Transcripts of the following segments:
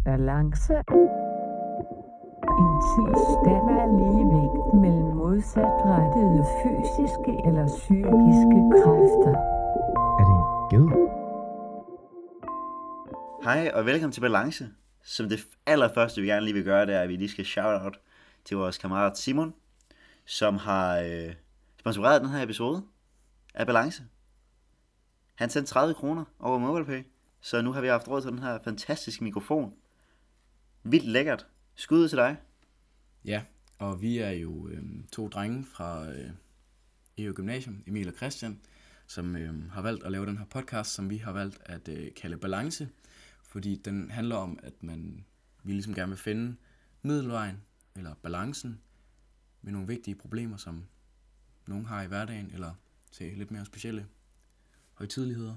balance. En tilstand af ligevægt mellem modsatrettede fysiske eller psykiske kræfter. Er det en ged? Hej og velkommen til Balance. Som det allerførste vi gerne lige vil gøre, det er, at vi lige skal shout out til vores kammerat Simon, som har sponsoreret den her episode af Balance. Han sendte 30 kroner over MobilePay, så nu har vi haft råd til den her fantastiske mikrofon. Vildt lækkert. Skud til dig. Ja, og vi er jo to drenge fra EU Gymnasium, Emil og Christian, som har valgt at lave den her podcast, som vi har valgt at kalde Balance, fordi den handler om, at vi ligesom gerne vil finde middelvejen, eller balancen, med nogle vigtige problemer, som nogen har i hverdagen, eller til lidt mere specielle højtideligheder.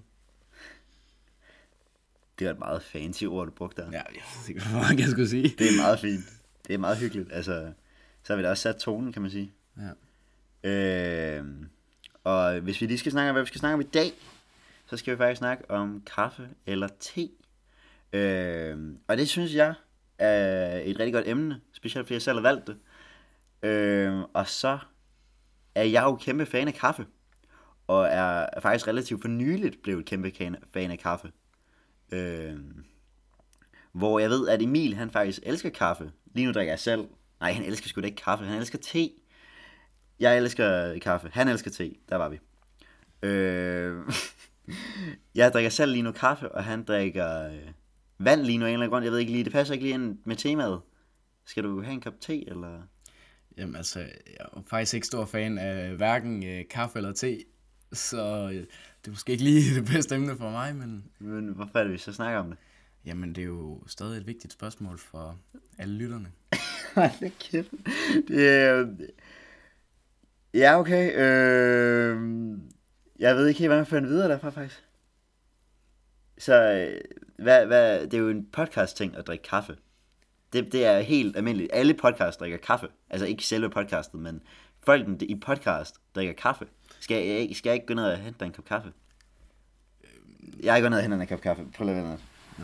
Det var et meget fancy ord, du brugte der. Ja, jeg ved ikke, hvor meget jeg skulle sige. Det er meget fint. Det er meget hyggeligt. Altså, så har vi da også sat tonen, kan man sige. Ja. Og hvis vi lige skal snakke om, hvad vi skal snakke om i dag, så skal vi faktisk snakke om kaffe eller te. Og det synes jeg er et rigtig godt emne, specielt fordi jeg selv har valgt det. Og så er jeg jo kæmpe fan af kaffe, og er faktisk relativt for nyligt blevet kæmpe fan af kaffe. Hvor jeg ved, at Emil, han faktisk elsker kaffe. Lige nu drikker jeg selv. Nej, han elsker sgu da ikke kaffe, han elsker te. Jeg elsker kaffe, han elsker te. Der var vi. Jeg drikker selv lige nu kaffe, og han drikker vand lige nu af en eller anden grund. Jeg ved ikke lige, det passer ikke lige ind med temaet. Skal du have en kop te, eller? Jamen altså, jeg er faktisk ikke stor fan af hverken kaffe eller te, så det er måske ikke lige det bedste emne for mig, men... Men hvorfor er det, vi så snakker om det? Jamen, det er jo stadig et vigtigt spørgsmål for alle lytterne. Hold da kæft. Ja, okay. Jeg ved ikke helt, hvordan man fører den videre derfra, faktisk. Så, det er jo en podcast-ting at drikke kaffe. Det er helt almindeligt. Alle podcasts drikker kaffe. Altså ikke selve podcastet, men folkene i podcast drikker kaffe. Skal jeg ikke gå ned og hente en kop kaffe? Jeg går ned og henter en kop kaffe. Prøv at lade Ja.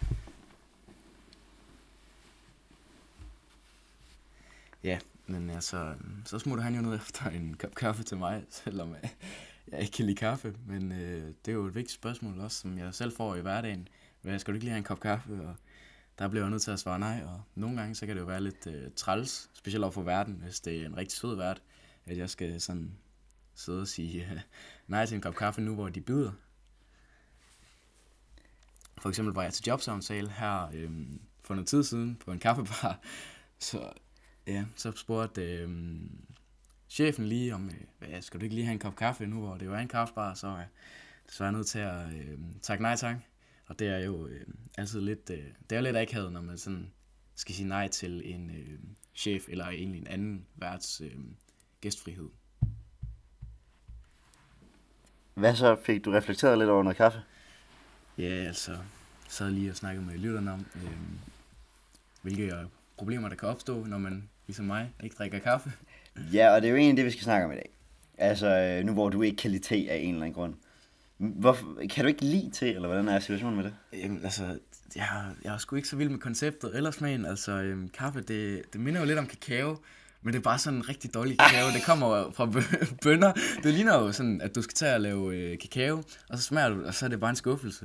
Ja, men altså, så smutter han jo ned efter en kop kaffe til mig, selvom jeg ikke kan lide kaffe. Men det er jo et vigtigt spørgsmål også, som jeg selv får i hverdagen. Hvad, skal du ikke lige have en kop kaffe? Og der bliver jeg nødt til at svare nej, og nogle gange så kan det jo være lidt træls, specielt over for verden, hvis det er en rigtig sød vært, at jeg skal sådan sidde og sige nej til en kop kaffe nu, hvor de byder. For eksempel var jeg til jobsamtale her for noget tid siden på en kaffebar, så spurgte chefen lige om, skal du ikke lige have en kop kaffe nu, hvor det jo er en kaffebar, så er jeg nødt til at takke nej tak. Og det er jo altid lidt, det er jo lidt akavet, når man sådan skal sige nej til en chef, eller egentlig en anden værts gæstfrihed. Hvad så? Fik du reflekteret lidt over noget kaffe? Ja, altså, så lige og snakke med lytterne om, hvilke problemer der kan opstå, når man, ligesom mig, ikke drikker kaffe. Ja, og det er jo egentlig det, vi skal snakke om i dag. Altså, nu hvor du ikke kan lide te af en eller anden grund. Kan du ikke lide te, eller hvordan er situationen med det? Jamen, altså, jeg er sgu ikke så vild med konceptet eller smagen. Altså, kaffe, det minder jo lidt om kakao, men det er bare sådan en rigtig dårlig kakao. Det kommer fra bønner. Det ligner jo sådan, at du skal tage og lave kakao, og så smager du, og så er det bare en skuffelse.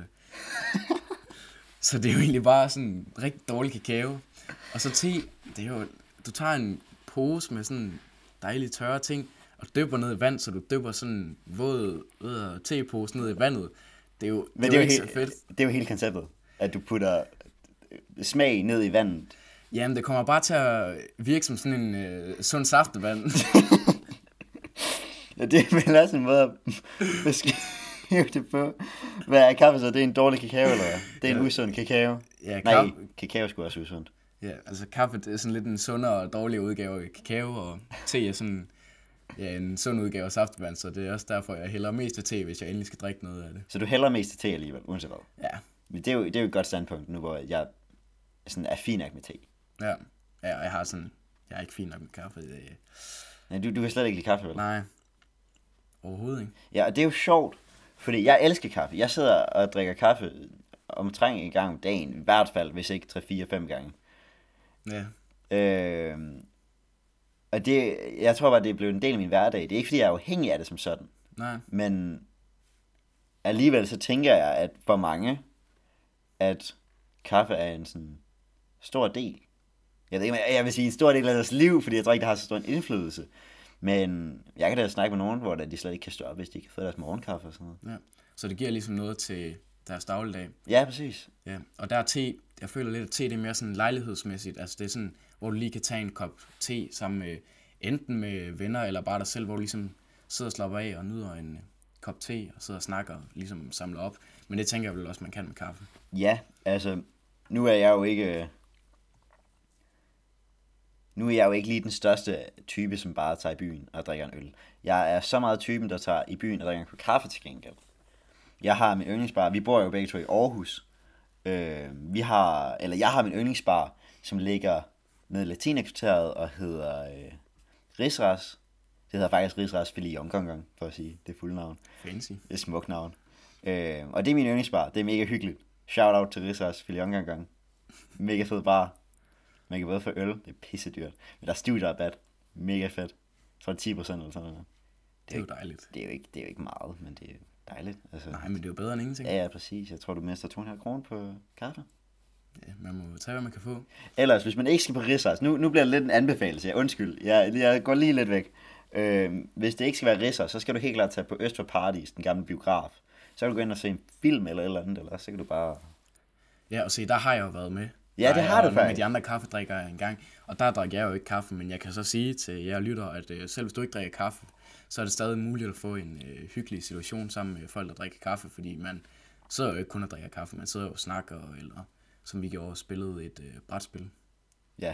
Så det er jo egentlig bare sådan en rigtig dårlig kakao. Og så te, det er jo, du tager en pose med sådan dejlige tørre ting, og dypper ned i vand, så du dypper sådan en våd tepose ned i vandet. Det er jo, det er jo ikke så fedt. Det er jo hele konceptet, at du putter smag ned i vandet. Jamen, det kommer bare til at virke som sådan en sund saftevand. Ja, det er vel også en måde at beskrive det på. Hvad er kaffe så? Det er en dårlig kakao, eller hvad? Det er en usund kakao. Ja, Nej, kakao skulle også usundt. Ja, altså kaffe, det er sådan lidt en sundere og dårligere udgave af kakao, og te er sådan en sund udgave af saftevand, så det er også derfor, jeg hælder mest til te, hvis jeg endelig skal drikke noget af det. Så du hælder mest til te alligevel, uanset hvad? Ja. Men det er jo et godt standpunkt nu, hvor jeg sådan er fin nok med te. Ja, jeg er ikke fin nok med kaffe. Nej, du kan slet ikke lide kaffe, vel? Nej, overhovedet ikke. Ja, og det er jo sjovt, fordi jeg elsker kaffe. Jeg sidder og drikker kaffe omtrent en gang om dagen, i hvert fald, hvis ikke 3-4-5 gange. Ja. Og jeg tror bare, det er blevet en del af min hverdag. Det er ikke, fordi jeg er afhængig af det som sådan. Nej. Men alligevel så tænker jeg, at for mange, at kaffe er en sådan stor del. Jeg ved ikke, jeg vil sige en stor del af deres liv, fordi jeg tror ikke, det har så stor en indflydelse. Men jeg kan da snakke med nogen, hvor de slet ikke kan stå op, hvis de ikke kan få deres morgenkaffe og sådan noget. Ja. Så det giver ligesom noget til deres dagligdag. Ja, præcis. Ja. Og der er te, jeg føler lidt, at te det er mere sådan lejlighedsmæssigt. Altså det er sådan, hvor du lige kan tage en kop te sammen med, enten med venner eller bare dig selv, hvor du ligesom sidder og slapper af og nyder en kop te og sidder og snakker og ligesom samler op. Men det tænker jeg vel også, man kan med kaffe. Ja, altså, nu er jeg jo ikke lige den største type, som bare tager i byen og drikker en øl. Jeg er så meget typen, der tager i byen og drikker en kaffe til gengæld. Jeg har min yndlingsbar, vi bor jo begge to i Aarhus. Jeg har min yndlingsbar, som ligger nede i Latinakvarteret og hedder Risras. Det hedder faktisk Risras Fili Jongkonggang, for at sige det fulde navn. Fancy. Det er et smukt navn. Og det er min yndlingsbar, det er mega hyggeligt. Shout out til Risras Fili Jongkonggang. Mega fed bar. Man kan både få øl, det er pisse dyrt. Men der er studierabat, mega fedt. Så er det 10% eller sådan noget. Det er jo dejligt. Det er jo ikke meget, men det er dejligt. Altså, Nej, men det er jo bedre end ingenting. ja, præcis. Jeg tror, du mister 2,5 kroner på kaffe. Ja, man må tage, hvad man kan få. Ellers, hvis man ikke skal på Rizzas, nu bliver det lidt en anbefaling, undskyld, jeg går lige lidt væk. Hvis det ikke skal være Rizzas, så skal du helt klart tage på Øst for Paradis, den gamle biograf. Så kan du gå ind og se en film eller et eller andet, eller så kan du bare... Ja, og se, der har jeg jo været med. Ja, det har du faktisk. Med de andre kaffedrikkere engang, og der drikker jeg jo ikke kaffe, men jeg kan så sige til jer lytter, at selv hvis du ikke drikker kaffe, så er det stadig muligt at få en hyggelig situation sammen med folk, der drikker kaffe, fordi man sidder jo ikke kun og drikker kaffe, man sidder jo og snakker, eller som vi gjorde, spillede et brætspil. Ja.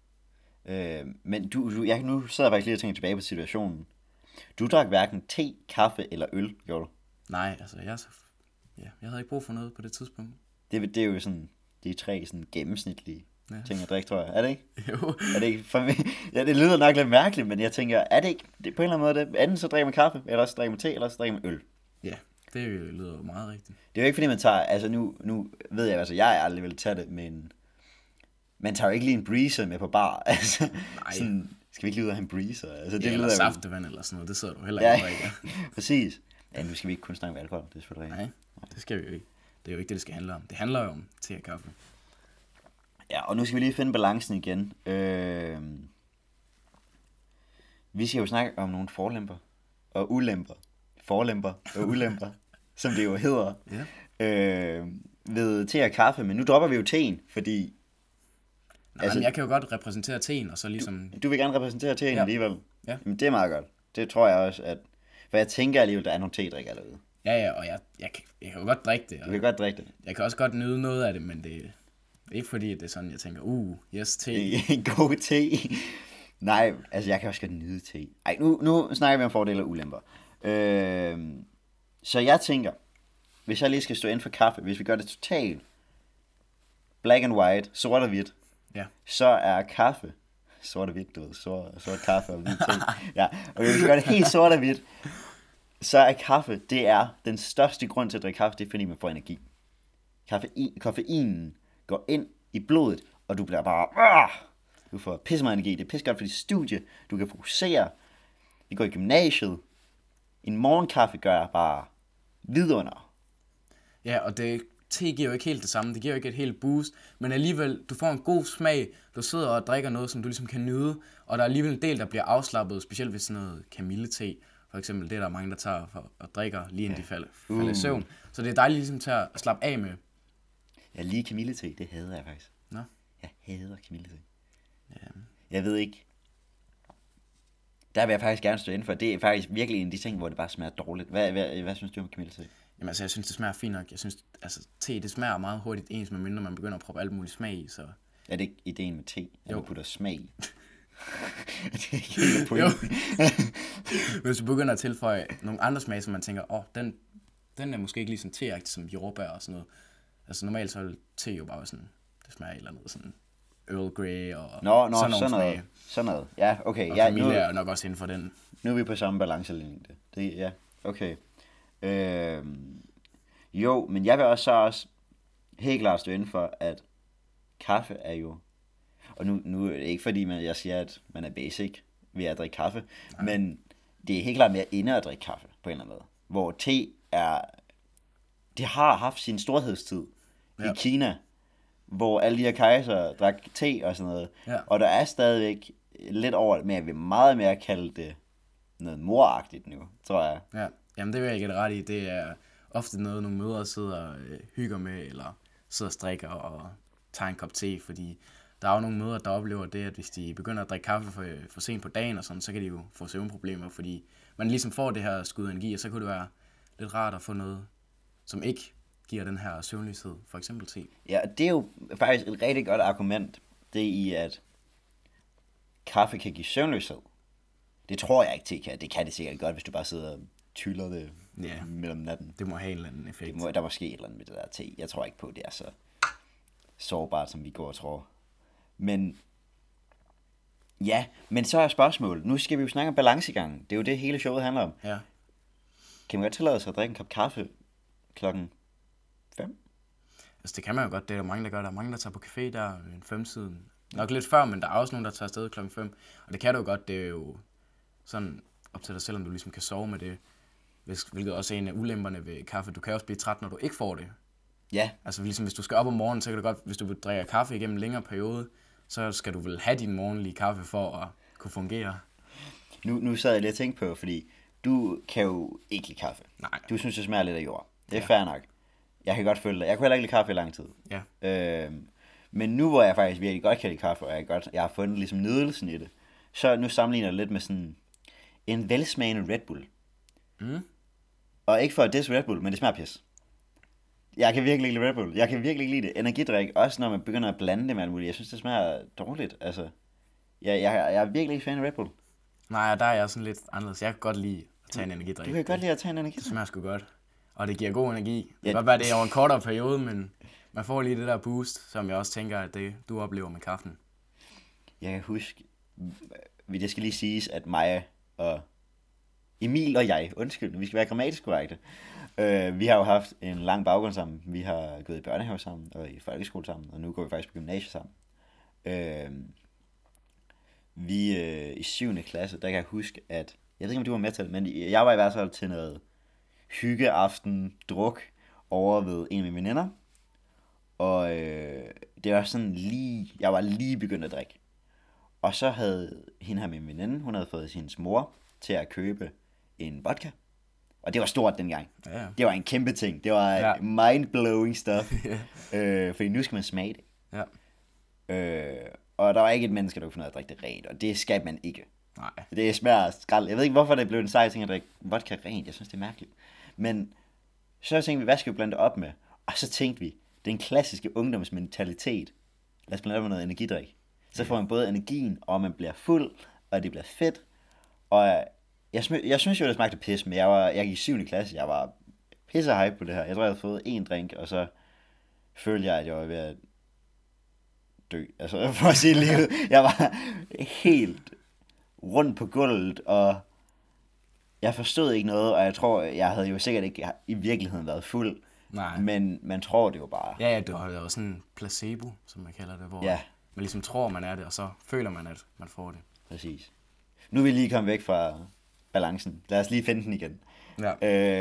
Men nu sidder jeg faktisk lige og tænker tilbage på situationen. Du drak hverken te, kaffe eller øl, gjorde du? Nej, altså jeg havde ikke brug for noget på det tidspunkt. Det er jo sådan, de 3 sådan gennemsnitlige ting at drikke, tror jeg. Er det ikke? Jo. Er det ikke? For mig, ja, det lyder nok lidt mærkeligt, men jeg tænker, er det ikke det på en eller anden måde det? Enten så drikker man kaffe, eller så drikker man te, eller så drikker man øl. Ja, det lyder jo meget rigtigt. Det er jo ikke fordi man tager, altså nu ved jeg, altså jeg aldrig vil tage det, men man tager jo ikke lige en breezer med på bar. Altså, Nej. Sådan, skal vi ikke lige ud og have en breezer? Altså, det Eller lyder saftevand eller sådan noget, det sidder du heller ikke ja, præcis. Ja, nu skal vi ikke kun snakke om alkohol, det er selvfølgelig rigtigt. Nej, det skal vi jo ikke. Det er jo ikke det skal handle om. Det handler jo om te og kaffe. Ja, og nu skal vi lige finde balancen igen. Vi skal jo snakke om nogle forlemper og ulemper. Forlemper og ulemper, som det jo hedder. Ja. Ved te og kaffe, men nu dropper vi jo teen, fordi... Nej, altså, men jeg kan jo godt repræsentere teen, og så ligesom... Du vil gerne repræsentere teen alligevel? Ja. Men det er meget godt. Det tror jeg også, at... For jeg tænker alligevel, der er nogle te-drikker derude. Ja, og jeg kan jo godt drikke det. Du kan godt drikke det. Jeg kan også godt nyde noget af det, men det er ikke fordi, det er sådan, jeg tænker, yes, te. En god te. Nej, altså jeg kan også godt nyde te. Ej, nu snakker vi om fordele og ulemper. Så jeg tænker, hvis jeg lige skal stå ind for kaffe, hvis vi gør det totalt black and white, sort og hvidt, Ja. så er kaffe, sort og hvidt, du ved, sort kaffe og hvidt te. Ja, og hvis vi gør det helt sort og hvidt, så er kaffe, det er den største grund til at drikke kaffe, det er fordi man får energi. Koffeinen går ind i blodet, og du bliver bare, du får pisse meget energi. Det er pisse godt for dit studie, du kan fokusere, vi går i gymnasiet. En morgenkaffe gør bare vidunder. Ja, og te giver jo ikke helt det samme, det giver jo ikke et helt boost, men alligevel, du får en god smag, du sidder og drikker noget, som du ligesom kan nyde, og der er alligevel en del, der bliver afslappet, specielt ved sådan noget kamillete, for eksempel, det er der mange, der tager for at drikker, lige inden de falder i søvn. Så det er dejligt ligesom til at slappe af med. Ja, lige kamillete, det hader jeg faktisk. Nå? Jeg hader kamillete. Ja. Jeg ved ikke. Der vil jeg faktisk gerne stå inden for. Det er faktisk virkelig en af de ting, hvor det bare smager dårligt. Hvad synes du om kamillete? Jamen altså, jeg synes, det smager fint nok. Jeg synes, altså, te, det smager meget hurtigt ens, medmindre man begynder at proppe alt muligt smag i, så... Er det ikke ideen med te, at du putter smag i? Det er ikke helt pointen. Hvis du begynder at tilføje nogle andre smag, som man tænker, den er måske ikke lige sådan te-agtig som jordbær og sådan noget. Altså normalt så er te jo bare sådan, det smager et eller andet sådan Earl Grey og sådan noget. Sådan noget. Ja, okay. Og ja, familie er nok også inden for den. Nu er vi på samme balancelinje. Ja, okay. Jo, men jeg vil også helt klart stå inden for, at kaffe er jo... Og nu er det ikke fordi, jeg siger, at man er basic ved at drikke kaffe, men det er helt klart mere inde at drikke kaffe, på en eller anden måde. Hvor te er... Det har haft sin storhedstid i Kina, hvor alle de her kejser drak te og sådan noget. Ja. Og der er stadigvæk lidt over det, men jeg vil meget mere kalde det noget moragtigt nu, tror jeg. Ja, jamen det vil jeg ikke ret i. Det er ofte noget, nogle mødre sidder og hygger med, eller sidder og strikker og tager en kop te, fordi der er jo nogle mødre, der oplever det, at hvis de begynder at drikke kaffe for sent på dagen og sådan, så kan de jo få søvnproblemer, fordi man ligesom får det her skud energi, og så kunne det være lidt rart at få noget, som ikke giver den her søvnløshed, for eksempel te. Ja, det er jo faktisk et rigtig godt argument, det i, at kaffe kan give søvnløshed. Det tror jeg ikke, te kan. Det kan det sikkert godt, hvis du bare sidder og tyller det mellem natten. Det må have en eller anden effekt. Der må ske et eller andet med det der te. Jeg tror ikke på, at det er så sårbart, som vi går og tror. Men ja, men så er spørgsmålet. Nu skal vi jo snakke om balancegangen. Det er jo det, hele showet handler om. Ja. Kan man godt tillade sig at drikke en kop kaffe klokken 5? Altså det kan man jo godt. Det er jo mange, der gør. Der er mange, der tager på café der en 5-tiden. Nok lidt før, men der er også nogen, der tager afsted klokken 5. Og det kan du jo godt. Det er jo sådan op til dig selv, om du ligesom kan sove med det. Hvilket også er en af ulemperne ved kaffe. Du kan også blive træt, når du ikke får det. Ja. Altså ligesom hvis du skal op om morgenen, så kan du godt, hvis du drikker kaffe igennem en længere periode, så skal du vel have din morgenlige kaffe for at kunne fungere. Nu sad jeg lige og tænkte på, fordi du kan jo ikke lide kaffe. Nej. Du synes, det smager lidt af jord. Det er fair nok. Jeg kan godt følge dig. Jeg kunne heller ikke lide kaffe i lang tid. Ja. Men nu hvor jeg faktisk virkelig godt kan lide kaffe, og jeg har fundet ligesom nydelsen i det, så nu sammenligner jeg lidt med sådan en velsmagende Red Bull. Og ikke for at disse Red Bull, men det smager pis. Jeg kan virkelig ikke lide Red Bull. Jeg kan virkelig ikke lide det. Energidrik, også når man begynder at blande det med alt muligt. Jeg synes, det smager dårligt. Altså, jeg er virkelig ikke fan af Red Bull. Nej, der er jeg sådan lidt anderledes. Jeg kan godt lide at tage en energidrik. Du kan godt lide at tage en energidrik? Det smager sgu godt. Og det giver god energi. Det kan godt være, det er over en kortere periode, men man får lige det der boost, som jeg også tænker, at det du oplever med kaffen. Jeg kan huske, det skal lige siges, at mig og Emil og jeg, undskyld, vi skal være grammatisk korrekte. Vi har jo haft en lang baggrund sammen. Vi har gået i børnehave sammen og i folkeskole sammen, og nu går vi faktisk på gymnasiet sammen. Vi i 7. klasse, der kan jeg huske, at jeg ved ikke, om du var med til det, men jeg var i hvert fald til noget hyggeaften, druk over ved en af mine veninder. Og det var sådan jeg var lige begyndt at drikke. Og så havde hende her min veninde, hun havde fået sin mor til at købe en vodka. Og det var stort dengang. Ja. Det var en kæmpe ting. Det var mind-blowing stuff. Fordi nu skal man smage det. Ja. Og der var ikke et menneske, der kunne finde ud af at drikke det rent. Og det skal man ikke. Nej. Det smager skrald. Jeg ved ikke, hvorfor det blev en sej ting at drikke vodka rent. Jeg synes, det er mærkeligt. Men så tænkte vi, hvad skal vi blande det op med? Og så tænkte vi, den klassiske ungdomsmentalitet. Lad os blande op med noget energidrik. Så får man både energien, og man bliver fuld, og det bliver fedt. Og jeg synes jo, det smagte pis, men jeg gik i 7. klasse. Jeg var pisse hype på det her. Jeg tror, jeg havde fået en drink, og så følte jeg, at jeg var ved at dø. Altså, for at sige livet. Jeg var helt rundt på gulvet, og jeg forstod ikke noget, og jeg tror, jeg havde jo sikkert ikke i virkeligheden været fuld. Nej. Men man tror det jo bare. Ja, det var sådan en placebo, som man kalder det, hvor man ligesom tror, man er det, og så føler man, at man får det. Præcis. Nu er vi lige kommet væk fra balancen. Lad os lige finde den igen. Ja.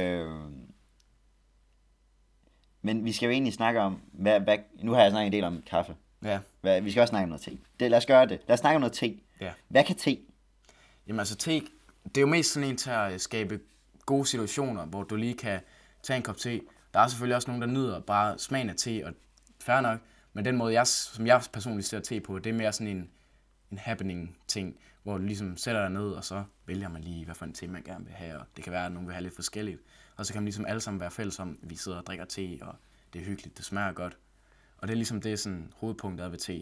Men vi skal jo egentlig snakke om, nu har jeg snakket en del om kaffe. Ja. Vi skal også snakke om noget te. Lad os gøre det. Lad os snakke om noget te. Ja. Hvad kan te? Jamen altså te, det er jo mest sådan en til at skabe gode situationer, hvor du lige kan tage en kop te. Der er selvfølgelig også nogen, der nyder bare smagen af te, og fair nok. Men den måde, som jeg personligt ser te på, det er mere sådan en happening-ting, hvor du ligesom sætter dig ned, og så vælger man lige, hvad for en te man gerne vil have, og det kan være, at nogen vil have lidt forskelligt. Og så kan man ligesom alle sammen være fælles om, at vi sidder og drikker te, og det er hyggeligt, det smager godt. Og det er ligesom det sådan hovedpunktet er ved te.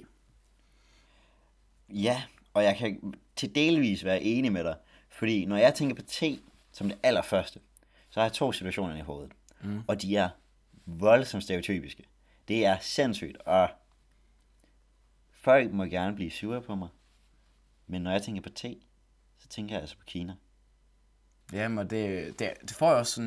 Ja, og jeg kan til delvis være enig med dig, fordi når jeg tænker på te som det allerførste, så har jeg 2 situationer i hovedet. Og de er voldsomt stereotypiske. Det er sindssygt, og folk må gerne blive sure på mig. Men når jeg tænker på te, så tænker jeg altså på Kina. Jamen, det får jo også sådan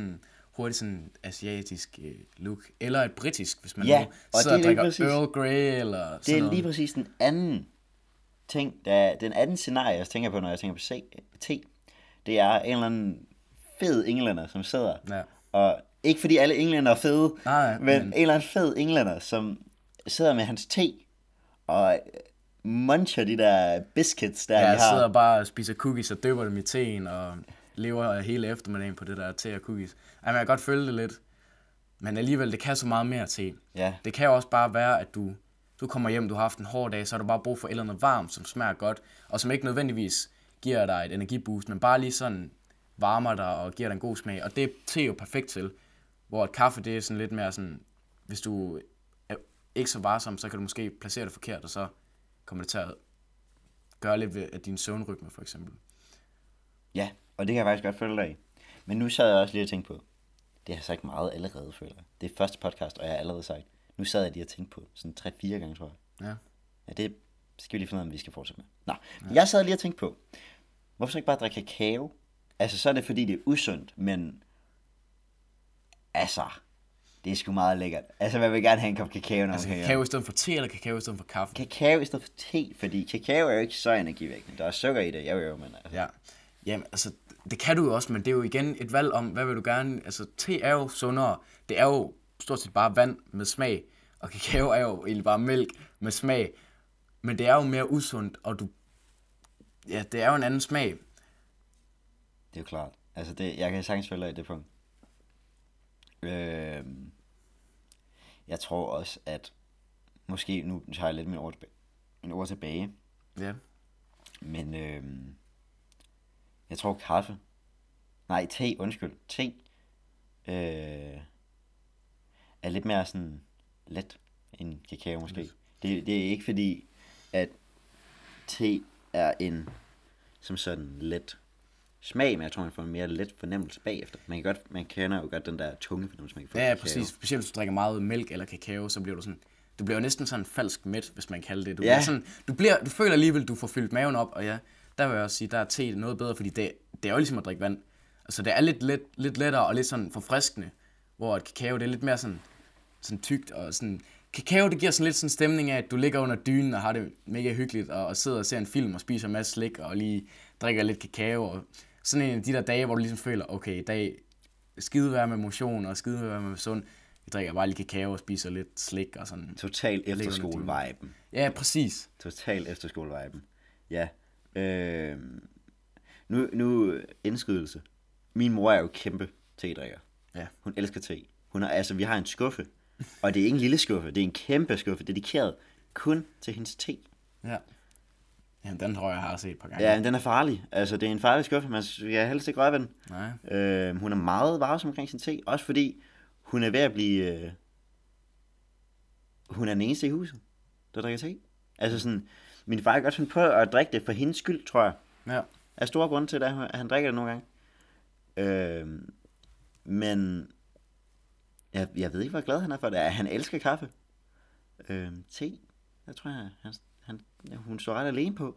hurtigt sådan asiatisk look. Eller et britisk, hvis man Ja, nu og sidder det og er lige drikker præcis- Earl Grey eller Det sådan er noget. lige præcis den anden ting, den anden scenarie, jeg tænker på, når jeg tænker på te. Det er en eller anden fed englænder, som sidder, Ja. og ikke fordi alle englænder er fede, Nej, men en eller anden fed englænder, som sidder med hans te, og muncher de der biscuits, der Ja, de jeg har. sidder bare og spiser cookies og døber dem i teen og lever hele eftermiddagen på det der te og cookies. Ej, men jeg kan godt følge det lidt. Men alligevel, det kan så meget mere te. Ja, Det kan jo også bare være, at du kommer hjem, du har haft en hård dag, så har du bare brug for et eller andet varmt, som smager godt, og som ikke nødvendigvis giver dig et energiboost, men bare lige sådan varmer dig og giver dig en god smag. Og det er te jo perfekt til, hvor et kaffe, det er sådan lidt mere sådan, hvis du er ikke så varsom, så kan du måske placere det forkert, og så kommer det til at gøre lidt ved din søvnrytme, for eksempel. ja, og det kan jeg faktisk godt følge dig af. Men nu sad jeg også lige og tænkte på, det har jeg sagt meget allerede, føler jeg. Det er første podcast, og jeg har allerede sagt, nu sad jeg lige og tænkte på, sådan 3-4 gange, tror jeg. Ja. Ja, det skal vi lige finde ud af, om vi skal fortsætte med. Nå, jeg sad lige og tænkte på, hvorfor så ikke bare drikke kakao? Altså, så er det fordi, det er usundt, men altså, det er sgu meget lækkert. Altså, man vil gerne have en kop kakao, når Altså man kan. kakao i stedet for te, eller kakao i stedet for kaffe? Kakao i stedet for te, fordi kakao er jo ikke så energivækkende. Der er sukker i det, jo, men altså. Ja, jamen altså, det kan du jo også, men det er jo igen et valg om, hvad vil du gerne, altså te er jo sundere, det er jo stort set bare vand med smag, og kakao er jo egentlig bare mælk med smag, men det er jo mere usundt, og det er jo en anden smag. Det er jo klart. Altså, jeg kan sagtens følge dig i det punkt. Jeg tror også, at måske, nu tager jeg lidt min ord tilbage, Ja, men jeg tror te, er lidt mere sådan let end kakao måske. Det er ikke fordi, at te er en som sådan let smag, men jeg tror, man får en mere let fornemmelse bagefter. Man kender jo godt den der tunge fornemmelse, man kan få af ja, kakao. præcis. Specielt hvis du drikker meget mælk eller kakao, så bliver du bliver jo næsten sådan falsk mæt, hvis man kalder det. Du føler alligevel, du får fyldt maven op, og ja, der vil jeg også sige, der er te noget bedre, fordi det er jo ligesom at drikke vand. Altså det er lidt lettere og lidt sådan forfriskende, hvor et kakao, det er lidt mere sådan tykt og sådan. Kakao, det giver sådan lidt sådan en stemning af, at du ligger under dynen og har det mega hyggeligt, og sidder og ser en film og spiser en masse slik, og lige drikker lidt kakao, og sådan en af de der dage, hvor du ligesom føler, okay, i dag skide være med motion, og skide være med sund, vi drikker bare lige kakao og spiser lidt slik og sådan. Total efterskole-viben. Ja, præcis. Total efterskole-viben. Ja. Nu indskydelse. Min mor er jo kæmpe te-drikker. Ja. Hun elsker te. Vi har en skuffe, og det er ikke en lille skuffe, det er en kæmpe skuffe, dedikeret kun til hendes te. Ja. Jamen, den tror jeg har set et par gange. Ja, men den er farlig. Altså, det er en farlig skuffe, man skal helst ikke røre ved den. Nej. Hun er meget varsom omkring sin te, også fordi hun er ved at blive... hun er den eneste i huset, der drikker te. Altså sådan, min far kan godt finde på at drikke det for hendes skyld, tror jeg. Ja. Er store grund til, at han drikker det nogle gange. Men jeg ved ikke, hvor glad han er for det. Han elsker kaffe. Te, jeg tror hun står ret alene på.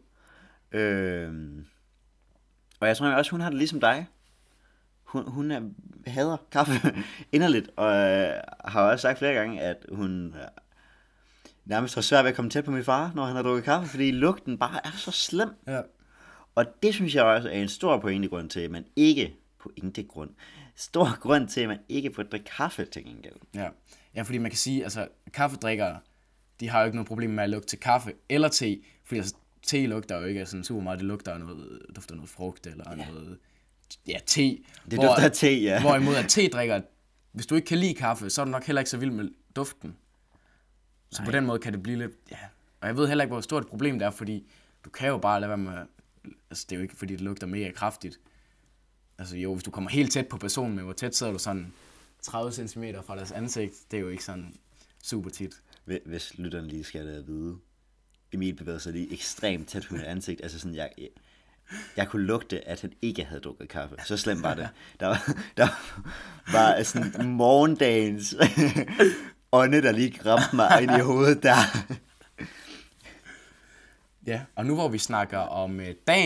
Og jeg tror også, hun har det ligesom dig. Hun hader kaffe inderligt, og har også sagt flere gange, at hun nærmest har svært ved at komme tæt på min far, når han har drukket kaffe, fordi lugten bare er så slem. Ja. Og det synes jeg også er en stor pointegrund til, at man ikke stor grund til, at man ikke får drikke kaffe til gengæld. Ja, fordi man kan sige, altså kaffedrikkere, de har jo ikke noget problem med at lugte til kaffe eller te, fordi altså, te lugter jo ikke sådan super meget, det dufter noget frugt eller noget, te. Det dufter af te, ja. Hvorimod at te-drikker, hvis du ikke kan lide kaffe, så er du nok heller ikke så vild med duften. Så på den måde kan det blive lidt, og jeg ved heller ikke, hvor stort et problem det er, fordi du kan jo bare lade være med, altså det er jo ikke, fordi det lugter mega kraftigt. Altså jo, hvis du kommer helt tæt på personen, men hvor tæt sidder du sådan 30 cm fra deres ansigt, det er jo ikke sådan super tit. Hvis lytteren lige skal det at vide, Emil bevæger sig lige ekstremt tæt på mit ansigt, altså sådan, jeg kunne lugte, at han ikke havde drukket kaffe. Så slemt var det. Der var sådan morgendagens ånde, der lige ramte mig ind i hovedet der. Ja, og nu hvor vi snakker om dagen,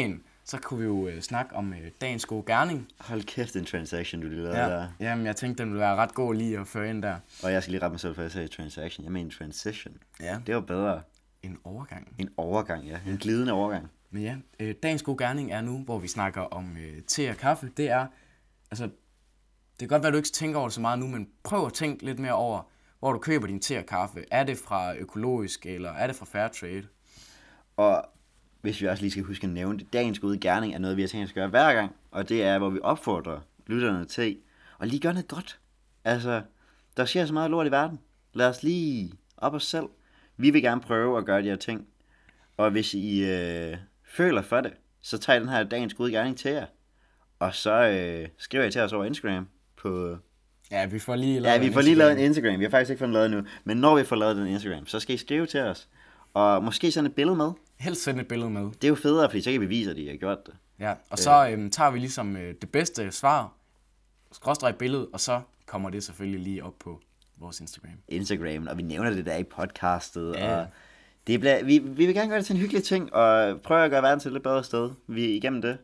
så kunne vi jo snakke om dagens gode gerning. Hold kæft, en transaction, du lige lavede Ja. der. Jamen, jeg tænkte, den ville være ret god lige at føre ind der. Og jeg skal lige rette mig selv, for jeg sagde transaction. Jeg mener transition. Ja. Det var bedre. En overgang. En overgang, ja. En glidende overgang. Men ja, dagens gode gerning er nu, hvor vi snakker om te og kaffe. Det er, altså, det kan godt være, at du ikke tænker over det så meget nu, men prøv at tænke lidt mere over, hvor du køber din te og kaffe. Er det fra økologisk, eller er det fra Fairtrade? Og hvis vi også lige skal huske at nævne det, dagens gode gerning er noget, vi har tænkt os at gøre hver gang. Og det er, hvor vi opfordrer lytterne til at lige gøre noget godt. Altså, der sker så meget lort i verden. Lad os lige op os selv. Vi vil gerne prøve at gøre de her ting. Og hvis I føler for det, så tag den her dagens gode gerning til jer. Og så skriver I til os over Instagram på... Ja, vi får lige lavet Ja, vi får lige lavet en Instagram. Vi har faktisk ikke fået den lavet nu. Men når vi får lavet den Instagram, så skal I skrive til os. Og måske sende et billede med. Helst sende et billede med. Det er jo federe, fordi så kan vi vise, at I har gjort det. Ja, og så tager vi ligesom det bedste svar, skråstreg billede, og så kommer det selvfølgelig lige op på vores Instagram. Og vi nævner det der i podcastet. Ja. Og det bliver, vi vil gerne gøre det til en hyggelig ting, og prøve at gøre verden til et lidt bedre sted. Vi er igennem det.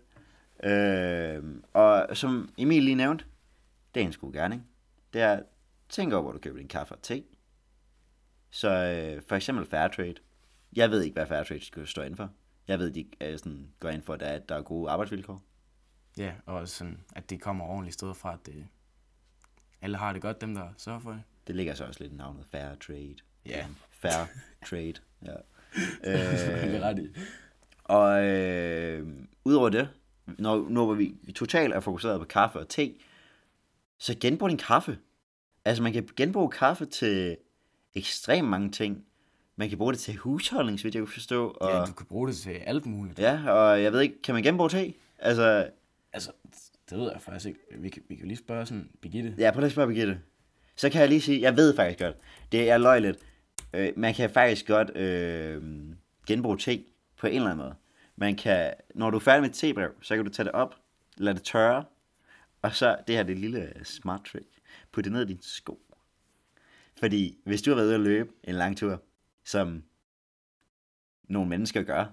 Og som Emil lige nævnte, dagens gode gerning, det er, tænk over, hvor du køber din kaffe og te. Så for eksempel Fairtrade. Jeg ved ikke, hvad Fairtrade skal stå ind for. Jeg ved, de går ind for, at der er gode arbejdsvilkår. Ja, og sådan, at det kommer ordentligt steder fra, at alle har det godt, dem der sørger for det. Det ligger så også lidt i navnet Fairtrade. Ja. Fairtrade, ja. Det er ret i. Og udover det, når vi totalt er fokuseret på kaffe og te, så genbrug din kaffe. Altså man kan genbruge kaffe til ekstremt mange ting. Man kan bruge det til husholdning, så vidt jeg kan forstå. Og, Ja, du kan bruge det til alt muligt. ja, og jeg ved ikke, kan man genbruge te? Altså, Det ved jeg faktisk ikke. Vi kan lige spørge sådan, Birgitte. ja, prøv lige at spørge Birgitte. Så kan jeg lige sige, jeg ved faktisk godt, jeg løg lidt. Man kan faktisk godt genbruge te på en eller anden måde. Man kan, når du er færdig med et tebrev, så kan du tage det op, lade det tørre, og så, det her det lille smart trick, putte det ned i din sko. Fordi hvis du har været ude at løbe en lang tur, som nogle mennesker gør,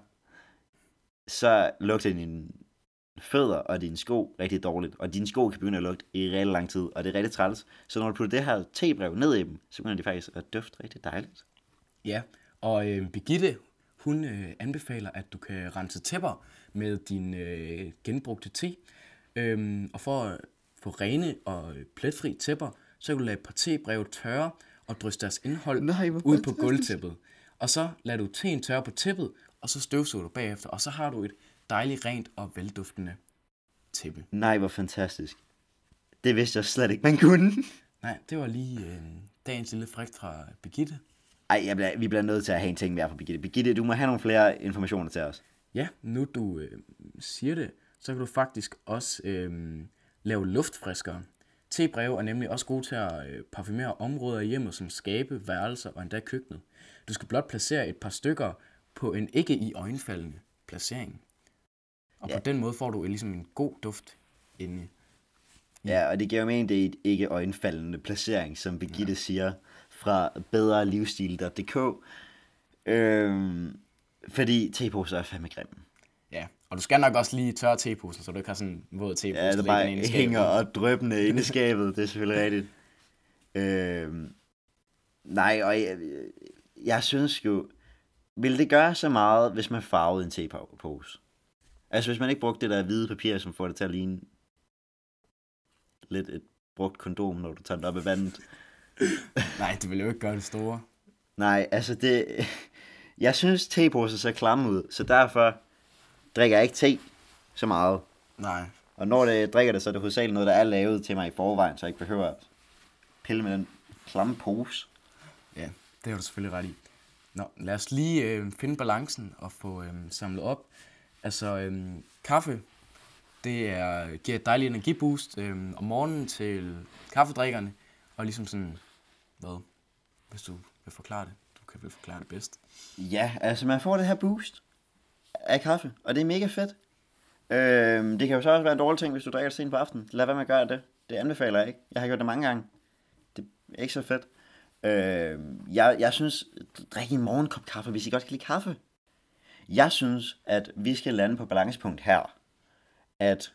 så lugter dine fødder og dine sko rigtig dårligt, og dine sko kan begynde at lugte i rigtig lang tid, og det er rigtig træls. Så når du putter det her tebrev ned i dem, så begynder de faktisk at dufte rigtig dejligt. Ja, og Birgitte, hun anbefaler, at du kan rense tæpper med din genbrugte te. Og for at få rene og pletfri tæpper, så kan du lade et par tebrev tørre og drysse deres indhold ud på gulvtæppet. Og så lader du teen tørre på tæppet, og så støvsuger du bagefter, og så har du et dejligt rent og velduftende tæppe. Nej, hvor fantastisk. Det vidste jeg slet ikke, man kunne. Nej, det var lige dagens lille frækt fra Birgitte. Ej, vi bliver nødt til at have en ting mere fra Birgitte. Birgitte, du må have nogle flere informationer til os. Ja, nu du siger det, så kan du faktisk også lave luftfriskere. Tebreve er nemlig også gode til at parfumere områder i hjemmet som skabe, værelser og endda køkkenet. Du skal blot placere et par stykker på en ikke i øjenfaldende placering. Og på den måde får du ligesom en god duft inde. Ja, og det giver jo mening, det er et ikke øjenfaldende placering, som Birgitte siger fra bedrelivsstil.dk. Fordi teposer er fandme grimme. Ja, og du skal nok også lige tørre teposen, så du ikke har sådan en våd tepose. Ja, der bare hænger og dryppende inde i skabet, det er selvfølgelig rigtigt. Nej, og jeg synes jo, ville det gøre så meget, hvis man farvede en tepose? Altså hvis man ikke brugte det der hvide papir, som får det til at ligne lidt et brugt kondom, når du tager det op af vandet. Nej, det vil jo ikke gøre det store. Nej, altså det... Jeg synes teposer ser klamme ud, så derfor drikker jeg ikke te så meget. Nej. Og når jeg drikker det, så er det hovedsageligt noget, der er lavet til mig i forvejen, så jeg ikke behøver at pille med den klamme pose. Ja, det har du selvfølgelig ret i. Nå, lad os lige finde balancen og få samlet op. Altså, kaffe, det giver et dejligt energiboost om morgenen til kaffedrikkerne. Og ligesom sådan, hvis du vil forklare det. Du kan vel forklare det bedst. Ja, altså man får det her boost af kaffe, og det er mega fedt. Det kan jo så også være en dårlig ting, hvis du drikker det sent på aftenen. Lad være med at gøre det. Det anbefaler jeg ikke. Jeg har gjort det mange gange. Det er ikke så fedt. Jeg synes, drik en morgenkop kaffe, hvis I godt kan lide kaffe. Jeg synes, at vi skal lande på balancepunkt her. at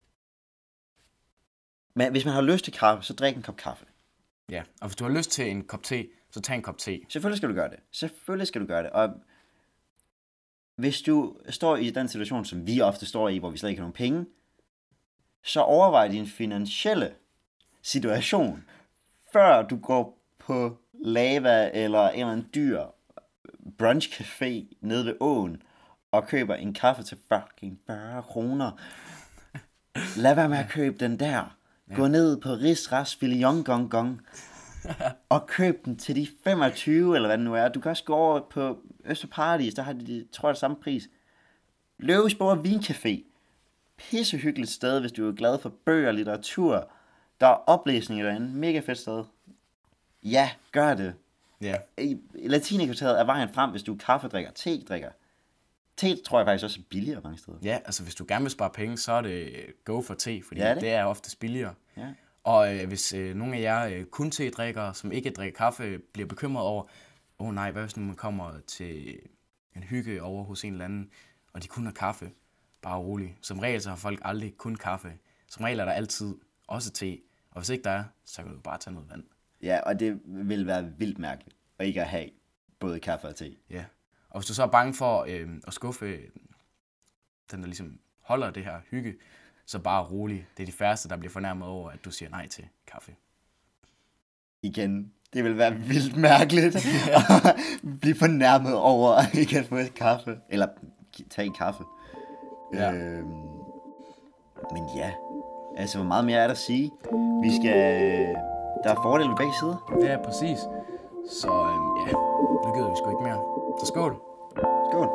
hvis man har lyst til kaffe, så drik en kop kaffe. Ja, og hvis du har lyst til en kop te, så tag en kop te. Selvfølgelig skal du gøre det. Selvfølgelig skal du gøre det. Og hvis du står i den situation, som vi ofte står i, hvor vi slet ikke har nogen penge, så overvej din finansielle situation, før du går på Lava eller en eller anden dyr brunchcafé nede ved åen og køber en kaffe til fucking 40 kroner. Lad være med at købe den der. Gå ned på Ris Ras Filion Gong Gong og køb den til de 25, eller hvad det nu er. Du kan også gå over på Østerparadis, der har de, tror jeg, det samme pris. Løvesborg Vincafé. Pissehyggeligt sted, hvis du er glad for bøger og litteratur. Der er oplæsninger derinde. Mega fedt sted. Ja, gør det. Ja. I Latinerkvarteret er vejen frem, hvis du er kaffedrikker, te-drikker. Te tror jeg faktisk også er billigere mange steder. Ja, altså hvis du gerne vil spare penge, så er det go for te, fordi det er oftest billigere. Ja. Og hvis nogle af jer kun te-drikkere, som ikke drikker kaffe, bliver bekymret over, nej, hvad hvis nu man kommer til en hygge over hos en eller anden, og de kun har kaffe, bare rolig. Som regel så har folk aldrig kun kaffe. Som regel er der altid også te, og hvis ikke der er, så kan du bare tage noget vand. Ja, og det vil være vildt mærkeligt, at ikke at have både kaffe og te. Ja, og hvis du så er bange for at skuffe den, der ligesom holder det her hygge, så bare rolig. Det er de færreste, der bliver fornærmet over, at du siger nej til kaffe. Igen, det vil være vildt mærkeligt at blive fornærmet over, at ikke at få et kaffe. Eller tage kaffe. Ja. Men ja, altså hvor meget mere er der at sige? Vi skal... Der er fordele ved begge sider. Ja, præcis. Så ja, nu gider vi sgu ikke mere. Så skål. Skål.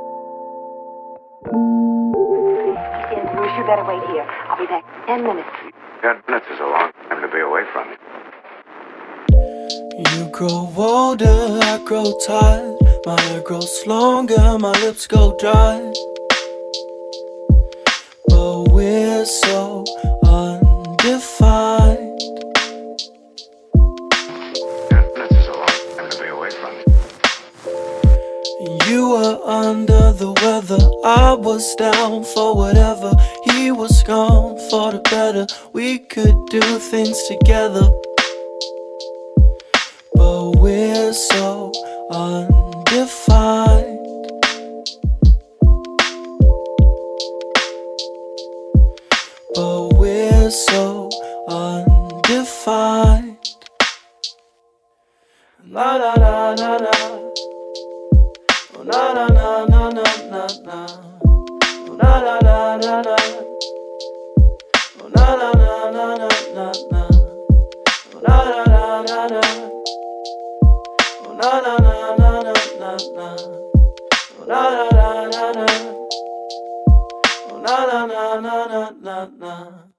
Bruce, you better wait here. I'll be back in 10 minutes. 10 minutes is a long time to be away from you. You grow older, I grow tired. My hair grows longer, my lips go dry. But we're so undefined. 10 minutes is a long time to be away from you. You were under the weather, I was down for whatever. He was gone for the better. We could do things together. But we're so undefined. But we're so undefined. La la la la la. Oh, na na na na na na na. Oh, na na na na na. Oh, na na na na na na na. Oh, na na na na na. Oh, na na na na na na na. Oh, na na na na na. Oh, na na na na na na.